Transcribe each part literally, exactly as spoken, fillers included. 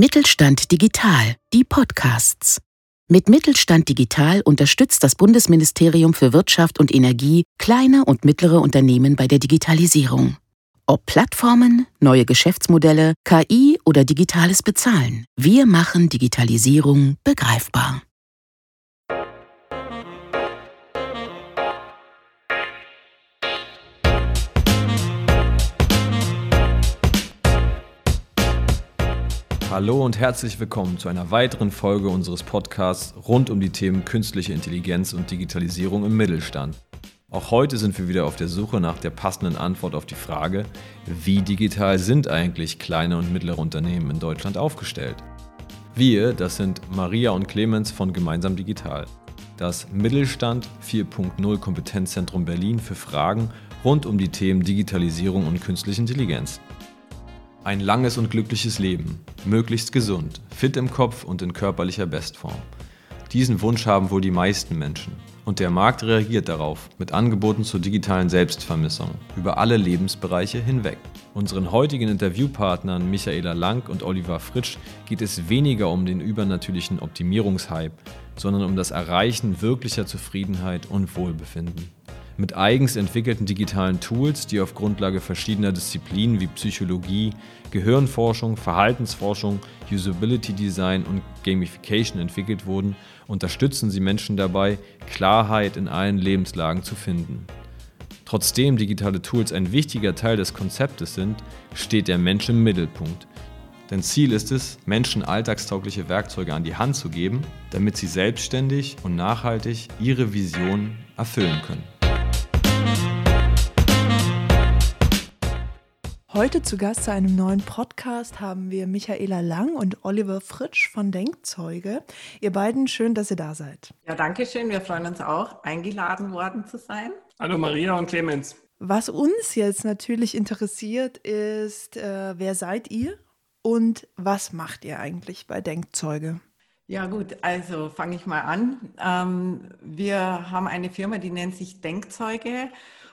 Mittelstand Digital, die Podcasts. Mit Mittelstand Digital unterstützt das Bundesministerium für Wirtschaft und Energie kleine und mittlere Unternehmen bei der Digitalisierung. Ob Plattformen, neue Geschäftsmodelle, K I oder digitales Bezahlen, wir machen Digitalisierung begreifbar. Hallo und herzlich willkommen zu einer weiteren Folge unseres Podcasts rund um die Themen künstliche Intelligenz und Digitalisierung im Mittelstand. Auch heute sind wir wieder auf der Suche nach der passenden Antwort auf die Frage, wie digital sind eigentlich kleine und mittlere Unternehmen in Deutschland aufgestellt? Wir, das sind Maria und Clemens von Gemeinsam Digital, das Mittelstand vier Punkt null Kompetenzzentrum Berlin für Fragen rund um die Themen Digitalisierung und künstliche Intelligenz. Ein langes und glückliches Leben, möglichst gesund, fit im Kopf und in körperlicher Bestform. Diesen Wunsch haben wohl die meisten Menschen. Und der Markt reagiert darauf mit Angeboten zur digitalen Selbstvermessung über alle Lebensbereiche hinweg. Unseren heutigen Interviewpartnern Michaela Lang und Oliver Fritsch geht es weniger um den übernatürlichen Optimierungshype, sondern um das Erreichen wirklicher Zufriedenheit und Wohlbefinden. Mit eigens entwickelten digitalen Tools, die auf Grundlage verschiedener Disziplinen wie Psychologie, Gehirnforschung, Verhaltensforschung, Usability Design und Gamification entwickelt wurden, unterstützen sie Menschen dabei, Klarheit in allen Lebenslagen zu finden. Trotzdem digitale Tools ein wichtiger Teil des Konzeptes sind, steht der Mensch im Mittelpunkt. Denn Ziel ist es, Menschen alltagstaugliche Werkzeuge an die Hand zu geben, damit sie selbstständig und nachhaltig ihre Vision erfüllen können. Heute zu Gast zu einem neuen Podcast haben wir Michaela Lang und Oliver Fritsch von Denkzeuge. Ihr beiden, schön, dass ihr da seid. Ja, danke schön. Wir freuen uns auch, eingeladen worden zu sein. Hallo Maria und Clemens. Was uns jetzt natürlich interessiert ist, äh, wer seid ihr und was macht ihr eigentlich bei Denkzeuge? Ja gut, also fange ich mal an. Ähm, wir haben eine Firma, die nennt sich Denkzeuge.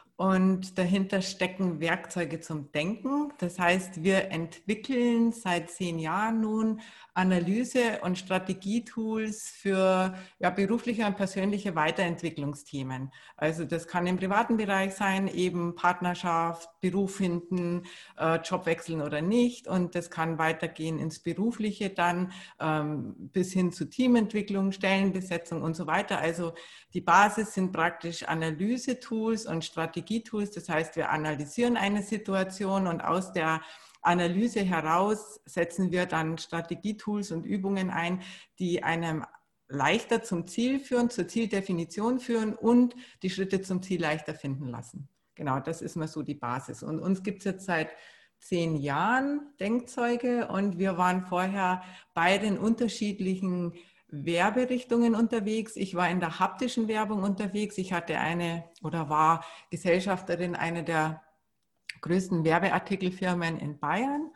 Und dahinter stecken Werkzeuge zum Denken. Das heißt, wir entwickeln seit zehn Jahren nun Analyse- und Strategietools für ja, berufliche und persönliche Weiterentwicklungsthemen. Also das kann im privaten Bereich sein, eben Partnerschaft, Beruf finden, äh, Job wechseln oder nicht. Und das kann weitergehen ins Berufliche dann ähm, bis hin zu Teamentwicklung, Stellenbesetzung und so weiter. Also die Basis sind praktisch Analysetools und Strategietools. Das heißt, wir analysieren eine Situation und aus der Analyse heraus setzen wir dann Strategietools und Übungen ein, die einem leichter zum Ziel führen, zur Zieldefinition führen und die Schritte zum Ziel leichter finden lassen. Genau, das ist mal so die Basis. Und uns gibt es jetzt seit zehn Jahren Denkzeuge und wir waren vorher bei den unterschiedlichen Werberichtungen unterwegs. Ich war in der haptischen Werbung unterwegs. Ich hatte eine oder war Gesellschafterin einer der größten Werbeartikelfirmen in Bayern.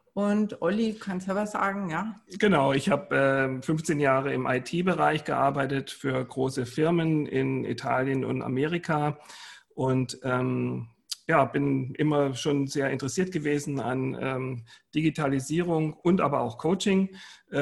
Und Olli kann selber sagen, ja? Genau, ich habe äh, fünfzehn Jahre im I T-Bereich gearbeitet für große Firmen in Italien und Amerika und ähm, ja, bin immer schon sehr interessiert gewesen an ähm, Digitalisierung und aber auch Coaching.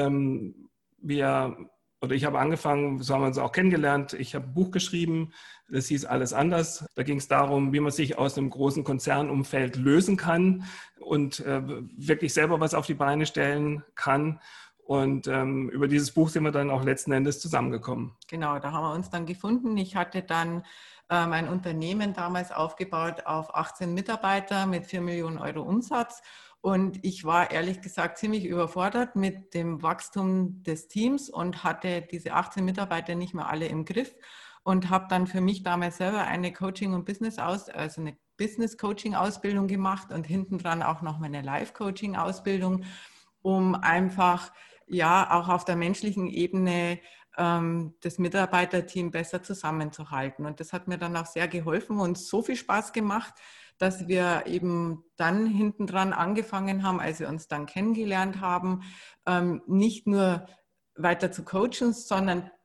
Ähm, wir Oder ich habe angefangen, so haben wir uns auch kennengelernt, ich habe ein Buch geschrieben, das hieß Alles anders. Da ging es darum, wie man sich aus einem großen Konzernumfeld lösen kann und äh, wirklich selber was auf die Beine stellen kann. Und ähm, über dieses Buch sind wir dann auch letzten Endes zusammengekommen. Genau, da haben wir uns dann gefunden. Ich hatte dann äh, mein Unternehmen damals aufgebaut auf achtzehn Mitarbeiter mit vier Millionen Euro Umsatz. Und ich war ehrlich gesagt ziemlich überfordert mit dem Wachstum des Teams und hatte diese achtzehn Mitarbeiter nicht mehr alle im Griff und habe dann für mich damals selber eine Coaching- und Business aus, also eine Business-Coaching-Ausbildung gemacht und hinten dran auch noch meine Life-Coaching-Ausbildung, um einfach ja auch auf der menschlichen Ebene ähm, das Mitarbeiterteam besser zusammenzuhalten. Und das hat mir dann auch sehr geholfen und so viel Spaß gemacht, dass wir eben dann hinten dran angefangen haben, als wir uns dann kennengelernt haben, ähm, nicht nur weiter zu coachen, sondern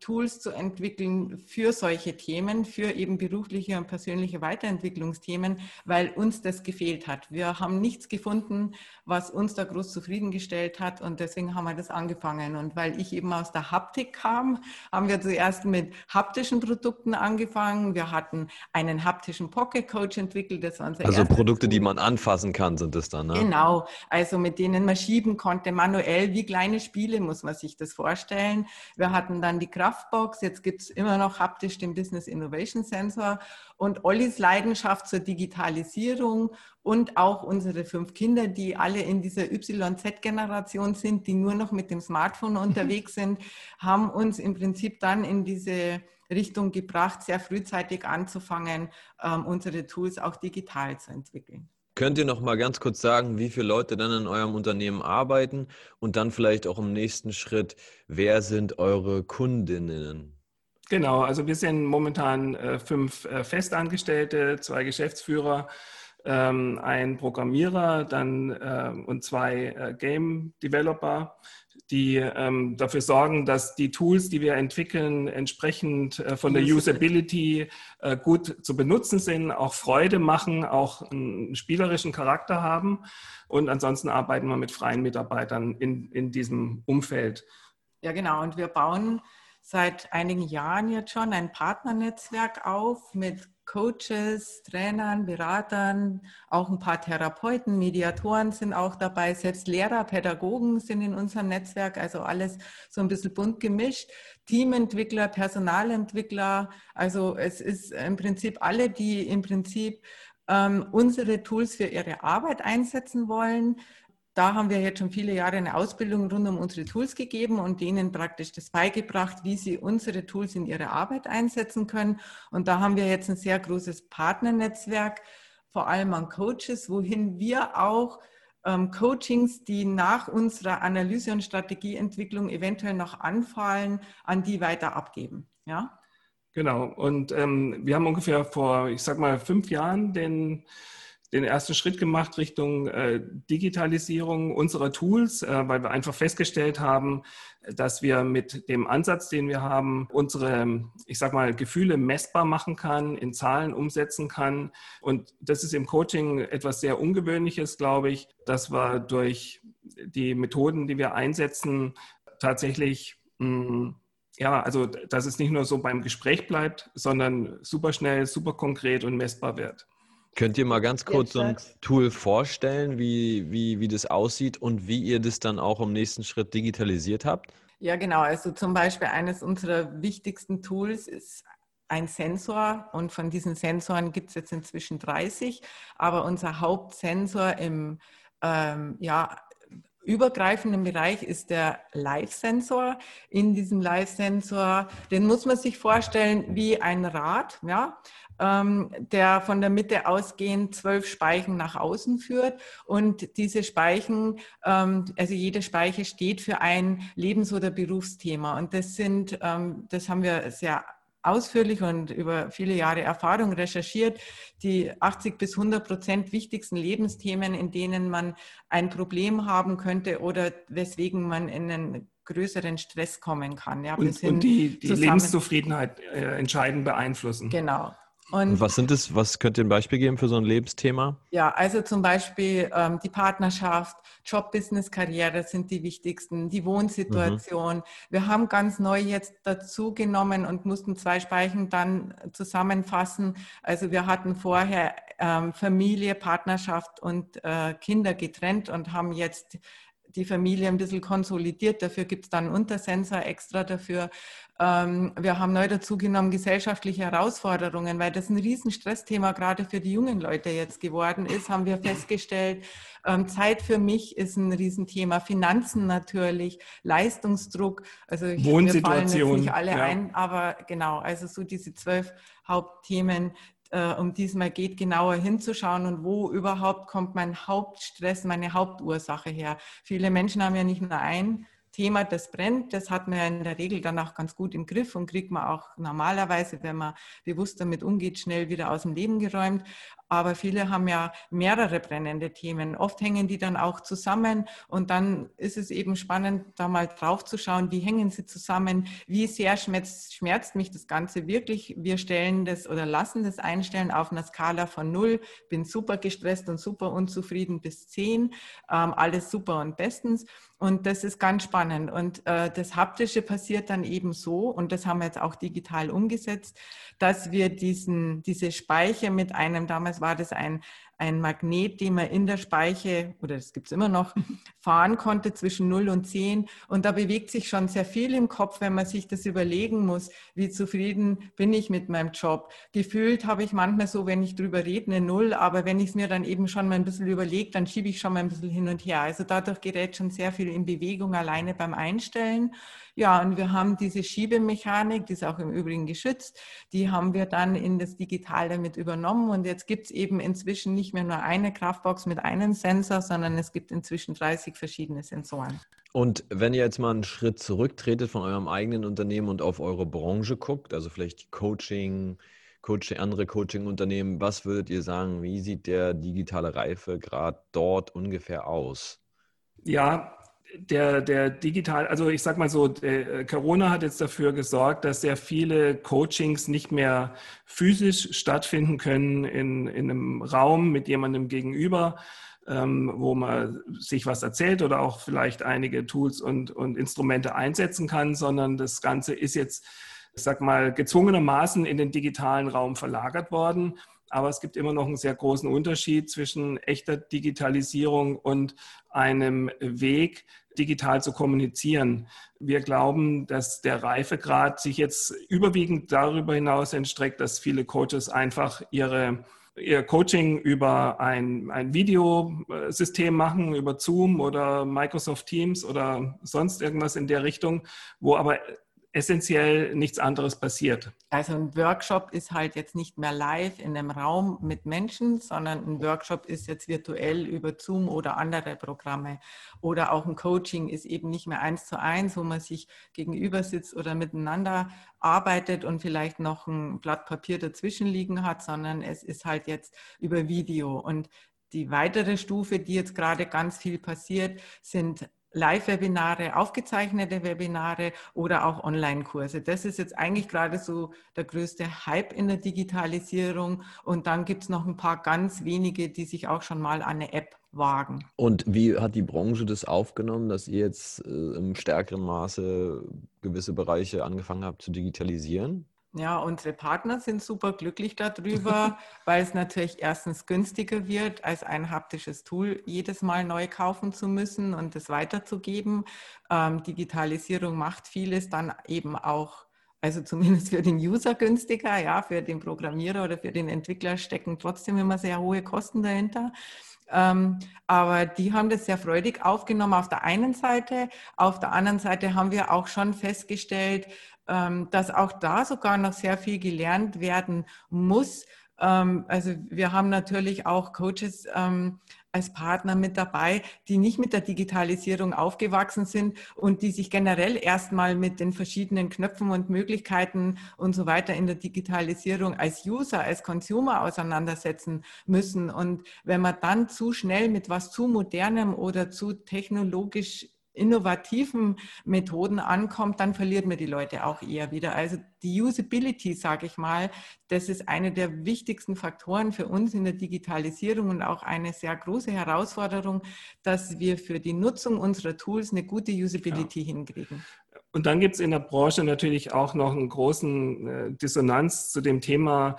Tools zu entwickeln für solche Themen, für eben berufliche und persönliche Weiterentwicklungsthemen, weil uns das gefehlt hat. Wir haben nichts gefunden, was uns da groß zufriedengestellt hat und deswegen haben wir das angefangen. Und weil ich eben aus der Haptik kam, haben wir zuerst mit haptischen Produkten angefangen. Wir hatten einen haptischen Pocket Coach entwickelt. Das war unser Also Produkte, Tool. Die man anfassen kann, sind das dann, ne? Genau, also mit denen man schieben konnte, manuell, wie kleine Spiele muss man sich das vorstellen. Wir hatten dann die Kraftbox, jetzt gibt es immer noch haptisch den Business Innovation Sensor und Ollis Leidenschaft zur Digitalisierung und auch unsere fünf Kinder, die alle in dieser Y Z-Generation sind, die nur noch mit dem Smartphone unterwegs sind, haben uns im Prinzip dann in diese Richtung gebracht, sehr frühzeitig anzufangen, ähm, unsere Tools auch digital zu entwickeln. Könnt ihr noch mal ganz kurz sagen, wie viele Leute dann in eurem Unternehmen arbeiten und dann vielleicht auch im nächsten Schritt, wer sind eure Kundinnen? Genau, also wir sind momentan äh, fünf äh, Festangestellte, zwei Geschäftsführer, ähm, ein Programmierer dann, äh, und zwei äh, Game Developer, die ähm, dafür sorgen, dass die Tools, die wir entwickeln, entsprechend äh, von der Usability äh, gut zu benutzen sind, auch Freude machen, auch einen spielerischen Charakter haben. Und ansonsten arbeiten wir mit freien Mitarbeitern in, in diesem Umfeld. Ja, genau. Und wir bauen seit einigen Jahren jetzt schon ein Partnernetzwerk auf mit Coaches, Trainern, Beratern, auch ein paar Therapeuten, Mediatoren sind auch dabei, selbst Lehrer, Pädagogen sind in unserem Netzwerk, also alles so ein bisschen bunt gemischt, Teamentwickler, Personalentwickler, also es ist im Prinzip alle, die im Prinzip ähm, unsere Tools für ihre Arbeit einsetzen wollen. Da haben wir jetzt schon viele Jahre eine Ausbildung rund um unsere Tools gegeben und denen praktisch das beigebracht, wie sie unsere Tools in ihre Arbeit einsetzen können. Und da haben wir jetzt ein sehr großes Partnernetzwerk, vor allem an Coaches, wohin wir auch ähm, Coachings, die nach unserer Analyse- und Strategieentwicklung eventuell noch anfallen, an die weiter abgeben. Ja? Genau. Und ähm, wir haben ungefähr vor, ich sag mal, fünf Jahren den den ersten Schritt gemacht Richtung äh, Digitalisierung unserer Tools, äh, weil wir einfach festgestellt haben, dass wir mit dem Ansatz, den wir haben, unsere, ich sag mal, Gefühle messbar machen kann, in Zahlen umsetzen kann. Und das ist im Coaching etwas sehr Ungewöhnliches, glaube ich, dass wir durch die Methoden, die wir einsetzen, tatsächlich mh, ja, also dass es nicht nur so beim Gespräch bleibt, sondern super schnell, super konkret und messbar wird. Könnt ihr mal ganz kurz so ein Tool vorstellen, wie, wie, wie das aussieht und wie ihr das dann auch im nächsten Schritt digitalisiert habt? Ja, genau. Also zum Beispiel eines unserer wichtigsten Tools ist ein Sensor und von diesen Sensoren gibt es jetzt inzwischen dreißig, aber unser Hauptsensor im ähm, ja, übergreifenden Bereich ist der Live-Sensor. In diesem Live-Sensor, den muss man sich vorstellen wie ein Rad, ja, ähm, der von der Mitte ausgehend zwölf Speichen nach außen führt. Und diese Speichen, ähm, also jede Speiche steht für ein Lebens- oder Berufsthema. Und das sind, ähm, das haben wir sehr ausführlich und über viele Jahre Erfahrung recherchiert, die achtzig bis hundert Prozent wichtigsten Lebensthemen, in denen man ein Problem haben könnte oder weswegen man in einen größeren Stress kommen kann. Ja, und, und die, die Lebenszufriedenheit äh, entscheidend beeinflussen. Genau. Und, und was sind das? Was könnt ihr ein Beispiel geben für so ein Lebensthema? Ja, also zum Beispiel ähm, die Partnerschaft, Job, Business, Karriere sind die wichtigsten, die Wohnsituation. Mhm. Wir haben ganz neu jetzt dazu genommen und mussten zwei Speichen dann zusammenfassen. Also wir hatten vorher ähm, Familie, Partnerschaft und äh, Kinder getrennt und haben jetzt die Familie ein bisschen konsolidiert. Dafür gibt es dann einen Untersensor extra dafür. Ähm, wir haben neu dazu genommen gesellschaftliche Herausforderungen, weil das ein Riesenstressthema gerade für die jungen Leute jetzt geworden ist, haben wir festgestellt. Ähm, Zeit für mich ist ein Riesenthema, Finanzen natürlich, Leistungsdruck. Also ich, wir fallen jetzt nicht alle ja. ein, aber genau, also so diese zwölf Hauptthemen, um die es mal geht, genauer hinzuschauen und wo überhaupt kommt mein Hauptstress, meine Hauptursache her. Viele Menschen haben ja nicht nur ein Thema, das brennt, das hat man ja in der Regel dann auch ganz gut im Griff und kriegt man auch normalerweise, wenn man bewusst damit umgeht, schnell wieder aus dem Leben geräumt. aber viele haben ja mehrere brennende Themen. Oft hängen die dann auch zusammen und dann ist es eben spannend, da mal drauf zu schauen, wie hängen sie zusammen, wie sehr schmerzt, schmerzt mich das Ganze wirklich. Wir stellen das oder lassen das einstellen auf einer Skala von null, bin super gestresst und super unzufrieden bis zehn, ähm, alles super und bestens. Und das ist ganz spannend. Und äh, das Haptische passiert dann eben so, und das haben wir jetzt auch digital umgesetzt, dass wir diesen, diese Speiche mit einem, damals war das ein, ein Magnet, den man in der Speiche, oder das gibt es immer noch, fahren konnte zwischen null und zehn. Und da bewegt sich schon sehr viel im Kopf, wenn man sich das überlegen muss, wie zufrieden bin ich mit meinem Job. Gefühlt habe ich manchmal so, wenn ich drüber rede, eine Null, aber wenn ich es mir dann eben schon mal ein bisschen überlege, dann schiebe ich schon mal ein bisschen hin und her. Also dadurch gerät schon sehr viel in Bewegung alleine beim Einstellen. Ja, und wir haben diese Schiebemechanik, die ist auch im Übrigen geschützt, die haben wir dann in das Digitale mit übernommen. Und jetzt gibt es eben inzwischen nicht mehr nur eine Kraftbox mit einem Sensor, sondern es gibt inzwischen dreißig verschiedene Sensoren. Und wenn ihr jetzt mal einen Schritt zurücktretet von eurem eigenen Unternehmen und auf eure Branche guckt, also vielleicht Coaching, Coaching, andere Coaching-Unternehmen, was würdet ihr sagen, wie sieht der digitale Reifegrad dort ungefähr aus? Ja, der, der digital, also ich sag mal so, der, Corona hat jetzt dafür gesorgt, dass sehr viele Coachings nicht mehr physisch stattfinden können in, in einem Raum mit jemandem gegenüber, ähm, wo man sich was erzählt oder auch vielleicht einige Tools und, und Instrumente einsetzen kann, sondern das Ganze ist jetzt, ich sag mal, gezwungenermaßen in den digitalen Raum verlagert worden. Aber es gibt immer noch einen sehr großen Unterschied zwischen echter Digitalisierung und einem Weg, digital zu kommunizieren. Wir glauben, dass der Reifegrad sich jetzt überwiegend darüber hinaus entstreckt, dass viele Coaches einfach ihre, ihr Coaching über ein, ein Videosystem machen, über Zoom oder Microsoft Teams oder sonst irgendwas in der Richtung, wo aber essentiell nichts anderes passiert. Also ein Workshop ist halt jetzt nicht mehr live in einem Raum mit Menschen, sondern ein Workshop ist jetzt virtuell über Zoom oder andere Programme. Oder auch ein Coaching ist eben nicht mehr eins zu eins, wo man sich gegenüber sitzt oder miteinander arbeitet und vielleicht noch ein Blatt Papier dazwischen liegen hat, sondern es ist halt jetzt über Video. Und die weitere Stufe, die jetzt gerade ganz viel passiert, sind Live-Webinare, aufgezeichnete Webinare oder auch Online-Kurse. Das ist jetzt eigentlich gerade so der größte Hype in der Digitalisierung. Und dann gibt es noch ein paar ganz wenige, die sich auch schon mal an eine App wagen. Und wie hat die Branche das aufgenommen, dass ihr jetzt äh, im stärkeren Maße gewisse Bereiche angefangen habt zu digitalisieren? Ja, unsere Partner sind super glücklich darüber, weil es natürlich erstens günstiger wird, als ein haptisches Tool jedes Mal neu kaufen zu müssen und es weiterzugeben. Ähm, Digitalisierung macht vieles dann eben auch, also zumindest für den User günstiger, ja, für den Programmierer oder für den Entwickler stecken trotzdem immer sehr hohe Kosten dahinter. Ähm, aber die haben das sehr freudig aufgenommen auf der einen Seite. Auf der anderen Seite haben wir auch schon festgestellt, ähm, dass auch da sogar noch sehr viel gelernt werden muss. Ähm, also wir haben natürlich auch Coaches ähm, als Partner mit dabei, die nicht mit der Digitalisierung aufgewachsen sind und die sich generell erstmal mit den verschiedenen Knöpfen und Möglichkeiten und so weiter in der Digitalisierung als User, als Consumer auseinandersetzen müssen. Und wenn man dann zu schnell mit was zu Modernem oder zu technologisch innovativen Methoden ankommt, dann verliert man die Leute auch eher wieder. Also die Usability, sage ich mal, das ist eine der wichtigsten Faktoren für uns in der Digitalisierung und auch eine sehr große Herausforderung, dass wir für die Nutzung unserer Tools eine gute Usability ja. hinkriegen. Und dann gibt es in der Branche natürlich auch noch einen großen äh, Dissonanz zu dem Thema,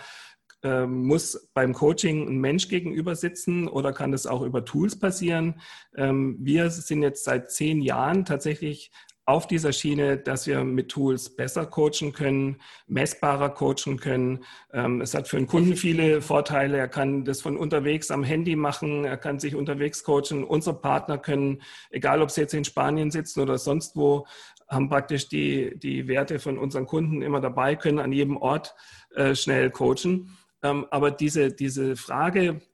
muss beim Coaching ein Mensch gegenüber sitzen oder kann das auch über Tools passieren? Wir sind jetzt seit zehn Jahren tatsächlich auf dieser Schiene, dass wir mit Tools besser coachen können, messbarer coachen können. Es hat für den Kunden viele Vorteile. Er kann das von unterwegs am Handy machen, er kann sich unterwegs coachen. Unsere Partner können, egal ob sie jetzt in Spanien sitzen oder sonst wo, haben praktisch die, die Werte von unseren Kunden immer dabei, können an jedem Ort äh, schnell coachen. Aber diese, diese Frage,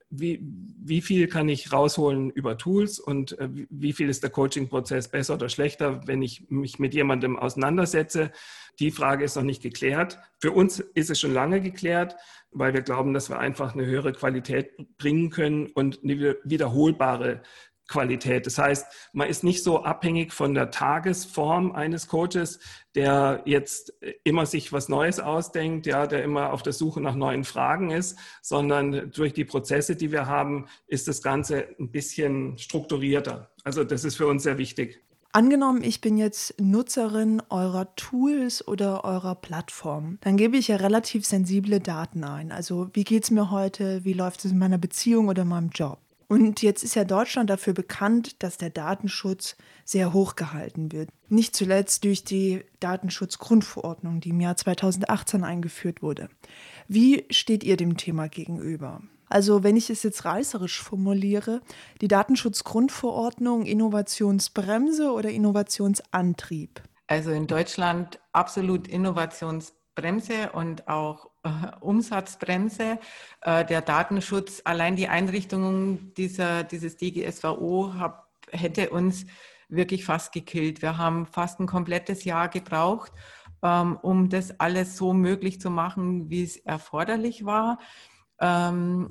wie, wie viel kann ich rausholen über Tools und äh, wie viel ist der Coaching-Prozess besser oder schlechter, wenn ich mich mit jemandem auseinandersetze. Die Frage ist noch nicht geklärt. Für uns ist es schon lange geklärt, weil wir glauben, dass wir einfach eine höhere Qualität bringen können und eine wiederholbare Qualität. Das heißt, man ist nicht so abhängig von der Tagesform eines Coaches, der jetzt immer sich was Neues ausdenkt, ja, der immer auf der Suche nach neuen Fragen ist, sondern durch die Prozesse, die wir haben, ist das Ganze ein bisschen strukturierter. Also das ist für uns sehr wichtig. Angenommen, ich bin jetzt Nutzerin eurer Tools oder eurer Plattform, dann gebe ich ja relativ sensible Daten ein. Also wie geht es mir heute, wie läuft es in meiner Beziehung oder meinem Job? Und jetzt ist ja Deutschland dafür bekannt, dass der Datenschutz sehr hoch gehalten wird. Nicht zuletzt durch die Datenschutzgrundverordnung, die im Jahr zweitausendachtzehn eingeführt wurde. Wie steht ihr dem Thema gegenüber? Also wenn ich es jetzt reißerisch formuliere, die Datenschutzgrundverordnung, Innovationsbremse oder Innovationsantrieb? Also in Deutschland absolut Innovationsbremse und auch äh, Umsatzbremse. Äh, der Datenschutz, allein die Einrichtung dieser, dieses D G S V O hab, hätte uns wirklich fast gekillt. Wir haben fast ein komplettes Jahr gebraucht, ähm, um das alles so möglich zu machen, wie es erforderlich war. Ähm,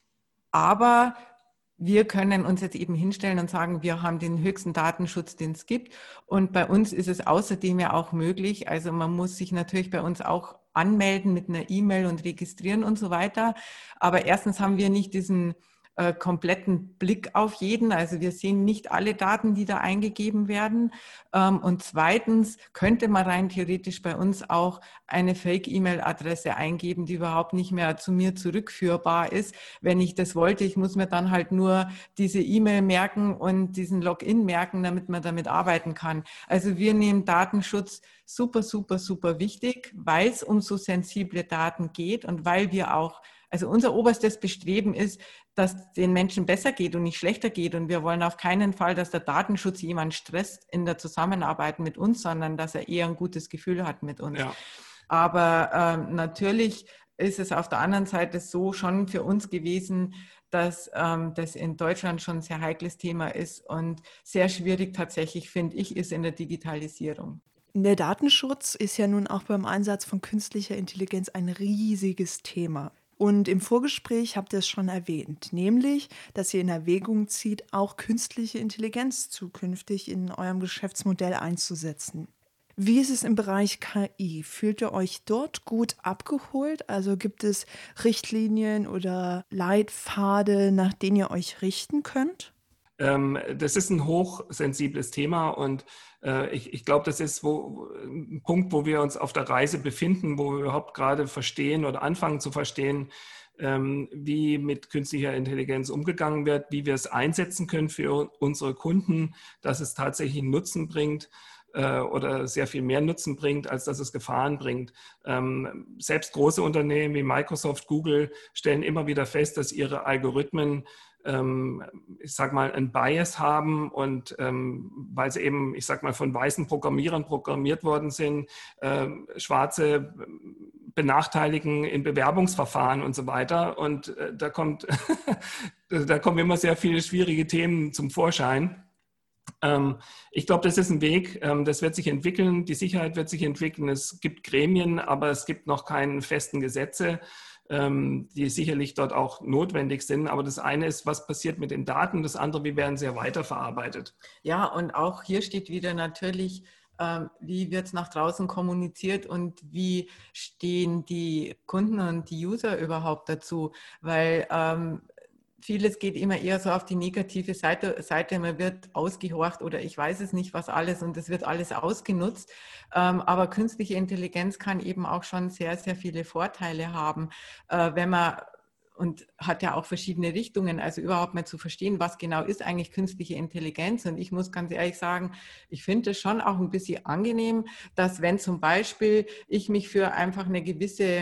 aber wir können uns jetzt eben hinstellen und sagen, wir haben den höchsten Datenschutz, den es gibt. Und bei uns ist es außerdem ja auch möglich, also man muss sich natürlich bei uns auch anmelden mit einer E-Mail und registrieren und so weiter. Aber erstens haben wir nicht diesen äh, kompletten Blick auf jeden. Also wir sehen nicht alle Daten, die da eingegeben werden. Ähm, und zweitens könnte man rein theoretisch bei uns auch eine Fake-E-Mail-Adresse eingeben, die überhaupt nicht mehr zu mir zurückführbar ist. Wenn ich das wollte, ich muss mir dann halt nur diese E-Mail merken und diesen Login merken, damit man damit arbeiten kann. Also wir nehmen Datenschutz super, super, super wichtig, weil es um so sensible Daten geht und weil wir auch, also unser oberstes Bestreben ist, dass den Menschen besser geht und nicht schlechter geht. Und wir wollen auf keinen Fall, dass der Datenschutz jemand stresst in der Zusammenarbeit mit uns, sondern dass er eher ein gutes Gefühl hat mit uns. Ja. Aber ähm, natürlich ist es auf der anderen Seite so schon für uns gewesen, dass ähm, das in Deutschland schon ein sehr heikles Thema ist und sehr schwierig tatsächlich, finde ich, ist in der Digitalisierung. Der Datenschutz ist ja nun auch beim Einsatz von künstlicher Intelligenz ein riesiges Thema. Und im Vorgespräch habt ihr es schon erwähnt, nämlich, dass ihr in Erwägung zieht, auch künstliche Intelligenz zukünftig in eurem Geschäftsmodell einzusetzen. Wie ist es im Bereich K I? Fühlt ihr euch dort gut abgeholt? Also gibt es Richtlinien oder Leitpfade, nach denen ihr euch richten könnt? Ähm, das ist ein hochsensibles Thema und äh, ich, ich glaube, das ist wo, ein Punkt, wo wir uns auf der Reise befinden, wo wir überhaupt gerade verstehen oder anfangen zu verstehen, ähm, wie mit künstlicher Intelligenz umgegangen wird, wie wir es einsetzen können für unsere Kunden, dass es tatsächlich einen Nutzen bringt äh, oder sehr viel mehr Nutzen bringt, als dass es Gefahren bringt. Ähm, selbst große Unternehmen wie Microsoft, Google stellen immer wieder fest, dass ihre Algorithmen ich sag mal, ein Bias haben und ähm, weil sie eben, ich sag mal, von weißen Programmierern programmiert worden sind, äh, Schwarze benachteiligen in Bewerbungsverfahren und so weiter. Und äh, da kommt, da kommen immer sehr viele schwierige Themen zum Vorschein. Ähm, ich glaube, das ist ein Weg, ähm, das wird sich entwickeln, die Sicherheit wird sich entwickeln. Es gibt Gremien, aber es gibt noch keine festen Gesetze, die sicherlich dort auch notwendig sind. Aber das eine ist, was passiert mit den Daten, das andere, wie werden sie weiterverarbeitet. Ja, und auch hier steht wieder natürlich, ähm, wie wird es nach draußen kommuniziert und wie stehen die Kunden und die User überhaupt dazu, weil ähm, vieles geht immer eher so auf die negative Seite, Seite, man wird ausgehorcht oder ich weiß es nicht, was alles und es wird alles ausgenutzt. Ähm, aber künstliche Intelligenz kann eben auch schon sehr, sehr viele Vorteile haben, äh, wenn man, und hat ja auch verschiedene Richtungen, also überhaupt mal zu verstehen, was genau ist eigentlich künstliche Intelligenz. Und ich muss ganz ehrlich sagen, ich finde es schon auch ein bisschen angenehm, dass wenn zum Beispiel ich mich für einfach eine gewisse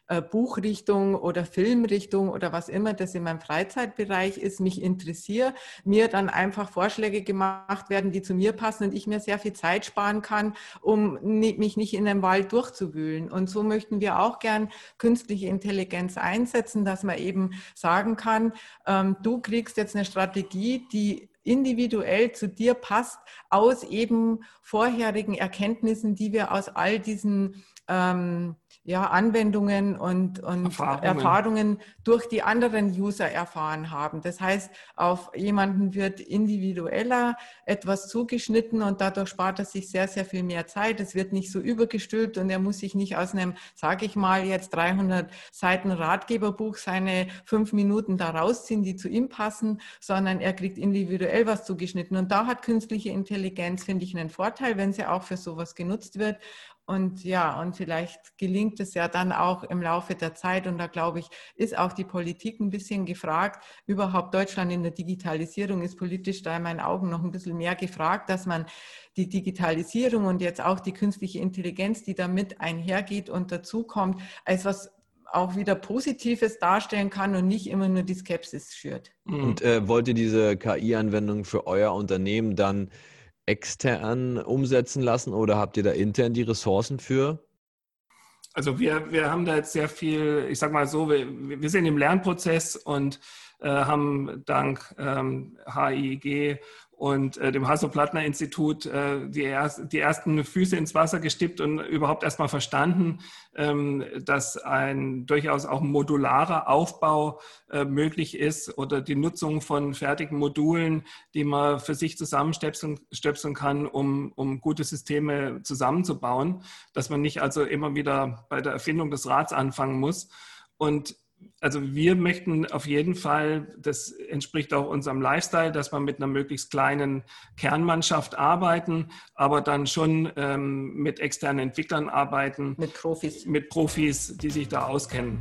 äh, Buchrichtung oder Filmrichtung oder was immer das in meinem Freizeitbereich ist, mich interessiere, mir dann einfach Vorschläge gemacht werden, die zu mir passen und ich mir sehr viel Zeit sparen kann, um mich nicht in den Wald durchzuwühlen. Und so möchten wir auch gern künstliche Intelligenz einsetzen, dass man eben sagen kann, ähm, du kriegst jetzt eine Strategie, die individuell zu dir passt, aus eben vorherigen Erkenntnissen, die wir aus all diesen ähm, ja, Anwendungen und, und Erfahrungen. Erfahrungen durch die anderen User erfahren haben. Das heißt, auf jemanden wird individueller etwas zugeschnitten und dadurch spart er sich sehr, sehr viel mehr Zeit. Es wird nicht so übergestülpt und er muss sich nicht aus einem, sage ich mal, jetzt dreihundert Seiten Ratgeberbuch seine fünf Minuten da rausziehen, die zu ihm passen, sondern er kriegt individuell was zugeschnitten. Und da hat künstliche Intelligenz, finde ich, einen Vorteil, wenn sie auch für sowas genutzt wird. Und ja, und vielleicht gelingt es ja dann auch im Laufe der Zeit. Und da glaube ich, ist auch die Politik ein bisschen gefragt. Überhaupt Deutschland in der Digitalisierung ist politisch da in meinen Augen noch ein bisschen mehr gefragt, dass man die Digitalisierung und jetzt auch die künstliche Intelligenz, die damit einhergeht und dazukommt, als was auch wieder Positives darstellen kann und nicht immer nur die Skepsis schürt. Und äh, wollt ihr diese K I-Anwendung für euer Unternehmen dann extern umsetzen lassen oder habt ihr da intern die Ressourcen für? Also wir, wir haben da jetzt sehr viel, ich sag mal so, wir, wir sind im Lernprozess und äh, haben dank ähm, H I G und äh, dem Hasso-Plattner-Institut äh, die, erst, die ersten Füße ins Wasser gestippt und überhaupt erstmal verstanden, ähm, dass ein durchaus auch modularer Aufbau äh, möglich ist oder die Nutzung von fertigen Modulen, die man für sich zusammenstöpseln stöpseln kann, um, um gute Systeme zusammenzubauen, dass man nicht also immer wieder bei der Erfindung des Rads anfangen muss. Und also wir möchten auf jeden Fall, das entspricht auch unserem Lifestyle, dass wir mit einer möglichst kleinen Kernmannschaft arbeiten, aber dann schon ähm, mit externen Entwicklern arbeiten. Mit Profis. Mit Profis, die sich da auskennen.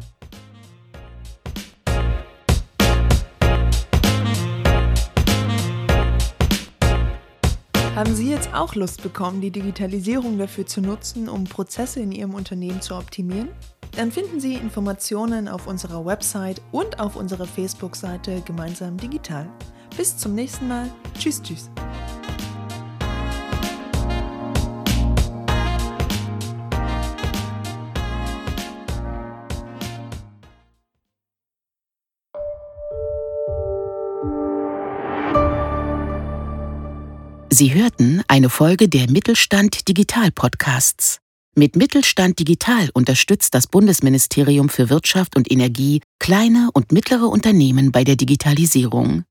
Haben Sie jetzt auch Lust bekommen, die Digitalisierung dafür zu nutzen, um Prozesse in Ihrem Unternehmen zu optimieren? Dann finden Sie Informationen auf unserer Website und auf unserer Facebook-Seite Gemeinsam Digital. Bis zum nächsten Mal. Tschüss, tschüss. Sie hörten eine Folge der Mittelstand Digital Podcasts. Mit Mittelstand Digital unterstützt das Bundesministerium für Wirtschaft und Energie kleine und mittlere Unternehmen bei der Digitalisierung.